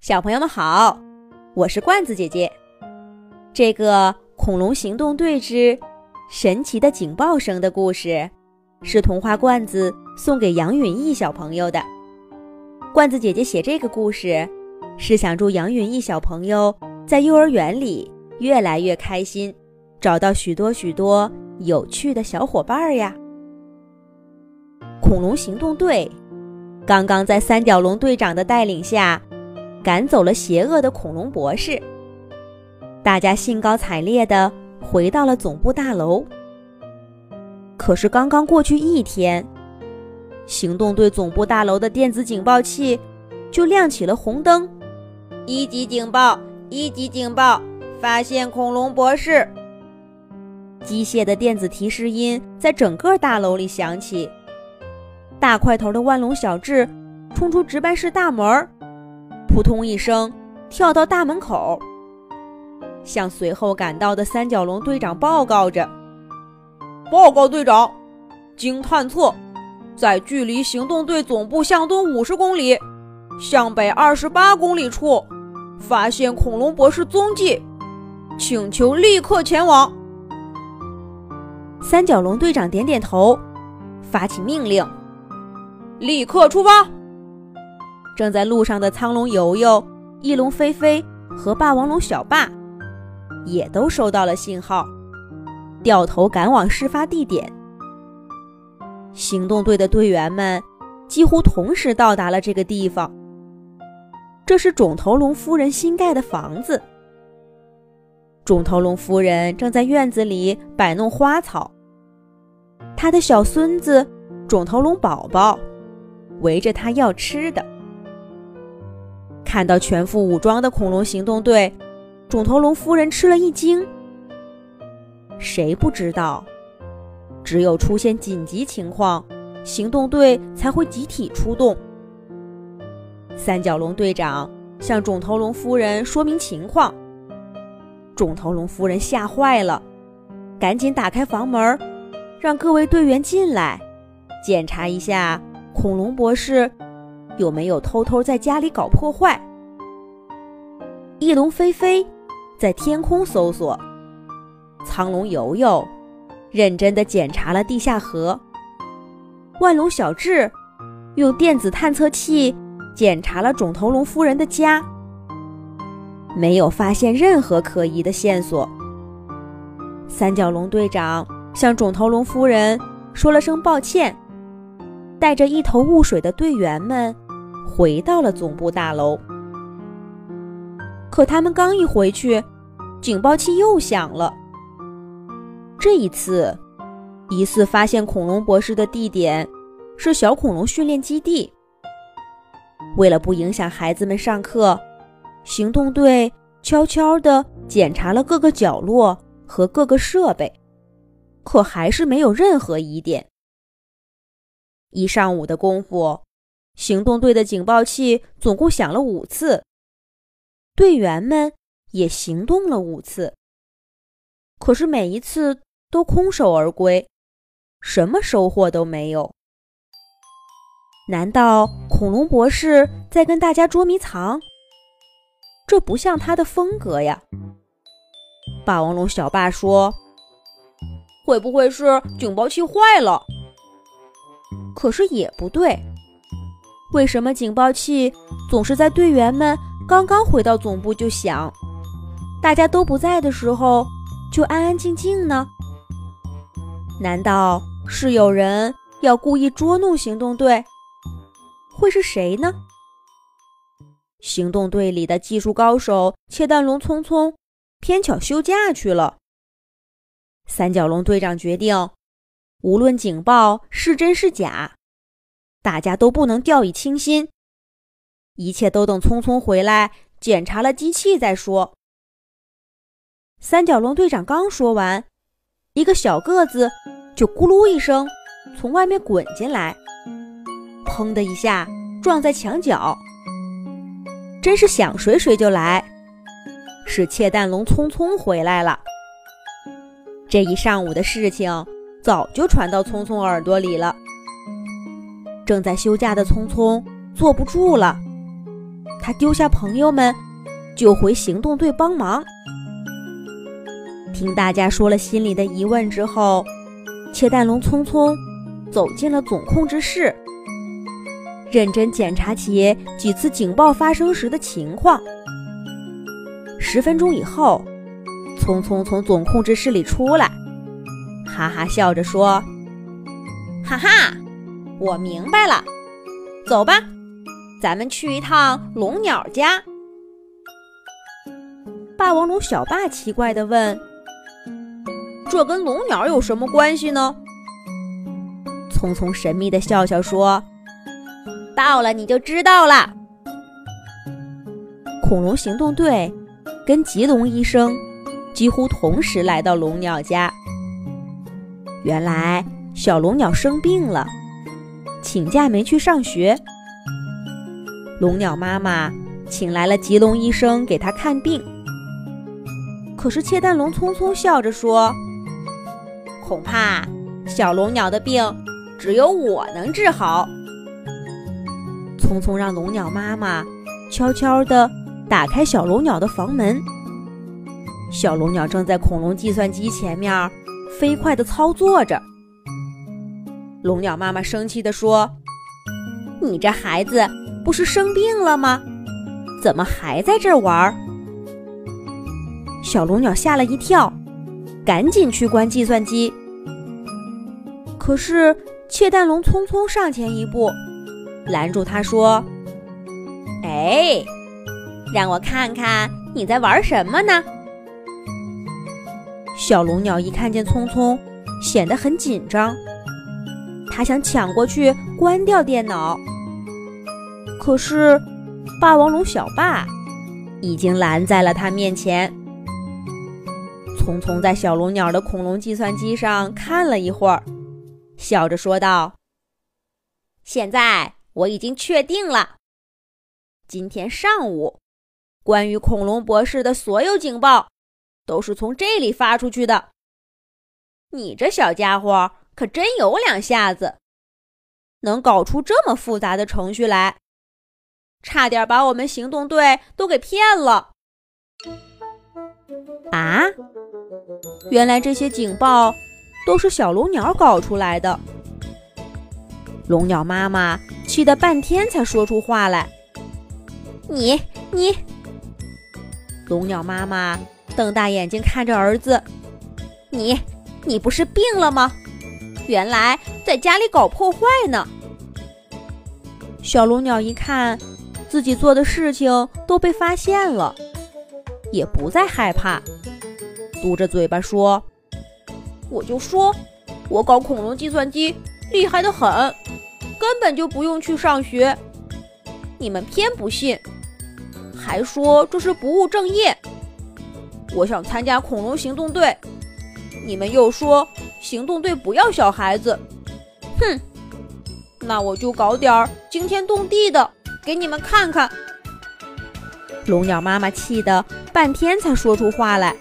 小朋友们好，我是罐子姐姐。这个恐龙行动队之神奇的警报声的故事，是童话罐子送给杨允义小朋友的。罐子姐姐写这个故事，是想祝杨允义小朋友在幼儿园里越来越开心，找到许多许多有趣的小伙伴呀。恐龙行动队刚刚在三角龙队长的带领下赶走了邪恶的恐龙博士，大家兴高采烈地回到了总部大楼。可是刚刚过去一天，行动队总部大楼的电子警报器就亮起了红灯，一级警报，一级警报，发现恐龙博士。机械的电子提示音在整个大楼里响起，大块头的万龙小智冲出值班室大门，扑通一声跳到大门口，向随后赶到的三角龙队长报告着：报告队长，经探测，在距离行动队总部向东50公里、向北28公里处发现恐龙博士踪迹，请求立刻前往。三角龙队长点点头，发起命令：立刻出发！正在路上的苍龙游游、翼龙飞飞和霸王龙小霸也都收到了信号，掉头赶往事发地点。行动队的队员们几乎同时到达了这个地方，这是肿头龙夫人新盖的房子。肿头龙夫人正在院子里摆弄花草，她的小孙子肿头龙宝宝围着她要吃的。看到全副武装的恐龙行动队，肿头龙夫人吃了一惊。谁不知道，只有出现紧急情况，行动队才会集体出动。三角龙队长向肿头龙夫人说明情况，肿头龙夫人吓坏了，赶紧打开房门，让各位队员进来，检查一下恐龙博士有没有偷偷在家里搞破坏。翼龙飞飞在天空搜索，苍龙游游认真地检查了地下河，万龙小智用电子探测器检查了肿头龙夫人的家，没有发现任何可疑的线索。三角龙队长向肿头龙夫人说了声抱歉，带着一头雾水的队员们回到了总部大楼。可他们刚一回去，警报器又响了。这一次，疑似发现恐龙博士的地点是小恐龙训练基地。为了不影响孩子们上课，行动队悄悄地检查了各个角落和各个设备，可还是没有任何疑点。一上午的功夫，行动队的警报器总共响了5次，队员们也行动了5次，可是每一次都空手而归，什么收获都没有。难道恐龙博士在跟大家捉迷藏？这不像他的风格呀。霸王龙小霸说：会不会是警报器坏了？可是也不对，为什么警报器总是在队员们刚刚回到总部就响，大家都不在的时候就安安静静呢？难道是有人要故意捉弄行动队？会是谁呢？行动队里的技术高手切蛋龙聪聪偏巧休假去了。三角龙队长决定，无论警报是真是假，大家都不能掉以轻心，一切都等聪聪回来检查了机器再说。三角龙队长刚说完，一个小个子就咕噜一声从外面滚进来，砰的一下撞在墙角。真是想谁谁就来，是切蛋龙聪聪回来了。这一上午的事情早就传到聪聪耳朵里了。正在休假的聪聪坐不住了， 他丢下朋友们，就回行动队帮忙。听大家说了心里的疑问之后，窃蛋龙匆匆走进了总控制室，认真检查起几次警报发生时的情况。10分钟以后，匆匆从总控制室里出来，哈哈笑着说：哈哈，我明白了，走吧，咱们去一趟龙鸟家。霸王龙小霸奇怪地问：这跟龙鸟有什么关系呢？匆匆神秘地笑笑说：到了你就知道了。恐龙行动队跟吉龙医生几乎同时来到龙鸟家。原来小龙鸟生病了，请假没去上学。龙鸟妈妈请来了吉龙医生给他看病。可是窃蛋龙匆匆笑着说：恐怕小龙鸟的病只有我能治好。匆匆让龙鸟妈妈悄悄地打开小龙鸟的房门。小龙鸟正在恐龙计算机前面飞快地操作着。龙鸟妈妈生气地说：你这孩子不是生病了吗？怎么还在这儿玩？小龙鸟吓了一跳，赶紧去关计算机。可是窃蛋龙匆匆上前一步，拦住他说：哎，让我看看你在玩什么呢？小龙鸟一看见匆匆，显得很紧张，他想抢过去关掉电脑。可是霸王龙小霸已经拦在了他面前。匆匆在小龙鸟的恐龙计算机上看了一会儿，笑着说道：现在我已经确定了，今天上午关于恐龙博士的所有警报都是从这里发出去的。你这小家伙可真有两下子，能搞出这么复杂的程序来，差点把我们行动队都给骗了。啊，原来这些警报都是小龙鸟搞出来的。龙鸟妈妈气得半天才说出话来：你……龙鸟妈妈瞪大眼睛看着儿子：你不是病了吗？原来在家里搞破坏呢。小龙鸟一看自己做的事情都被发现了，也不再害怕，嘟着嘴巴说：我就说我搞恐龙计算机厉害得很，根本就不用去上学，你们偏不信，还说这是不务正业。我想参加恐龙行动队，你们又说行动队不要小孩子，哼，那我就搞点惊天动地的给你们看看。龙鸟妈妈气得半天才说出话来：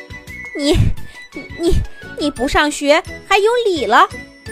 你不上学还有理了？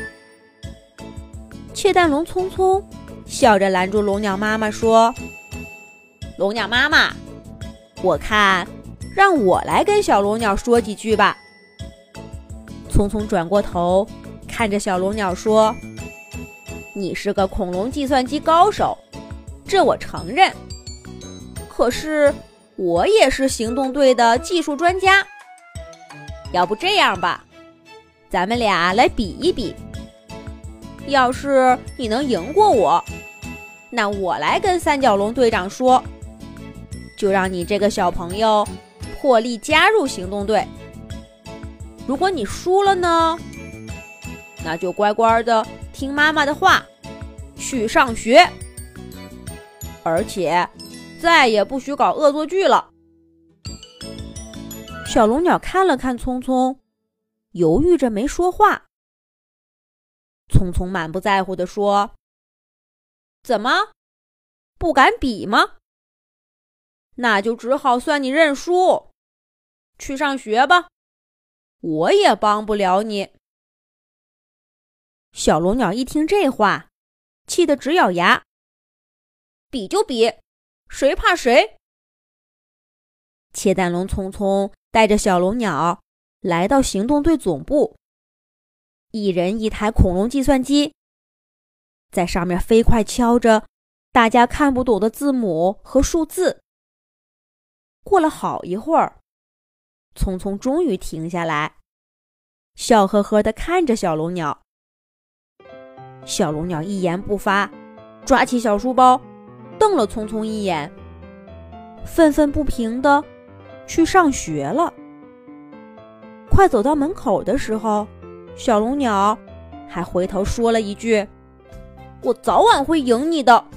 窃蛋龙匆匆笑着拦住龙鸟妈妈说：龙鸟妈妈，我看让我来跟小龙鸟说几句吧。匆匆转过头看着小龙鸟说：你是个恐龙计算机高手，这我承认，可是我也是行动队的技术专家。要不这样吧，咱们俩来比一比，要是你能赢过我，那我来跟三角龙队长说，就让你这个小朋友破例加入行动队。如果你输了呢，那就乖乖的听妈妈的话，去上学，而且再也不许搞恶作剧了。小龙鸟看了看匆匆，犹豫着没说话。匆匆满不在乎地说：怎么，不敢比吗？那就只好算你认输，去上学吧，我也帮不了你。小龙鸟一听这话，气得直咬牙：比就比， 谁怕谁？窃蛋龙匆匆带着小龙鸟来到行动队总部，一人一台恐龙计算机，在上面飞快敲着大家看不懂的字母和数字。过了好一会儿，匆匆终于停下来，笑呵呵地看着小龙鸟。小龙鸟一言不发，抓起小书包，瞪了匆匆一眼，愤愤不平地去上学了。快走到门口的时候，小龙鸟还回头说了一句：“我早晚会赢你的。”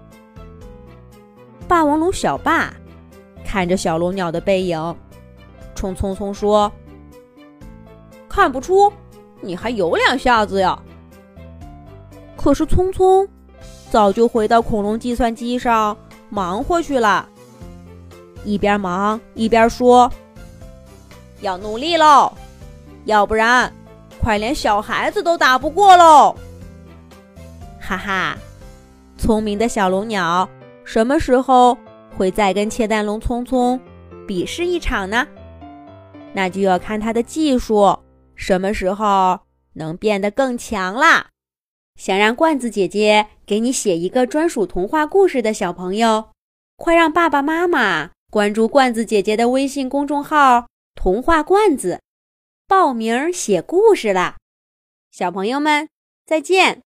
霸王龙小霸看着小龙鸟的背影，冲匆匆说：“看不出你还有两下子呀。”可是匆匆早就回到恐龙计算机上忙活去了，一边忙一边说：“要努力喽，要不然快连小孩子都打不过喽。”哈哈，聪明的小龙鸟什么时候会再跟窃蛋龙匆匆比试一场呢？那就要看他的技术什么时候能变得更强啦。想让罐子姐姐给你写一个专属童话故事的小朋友，快让爸爸妈妈关注罐子姐姐的微信公众号童话罐子，报名写故事啦。小朋友们，再见。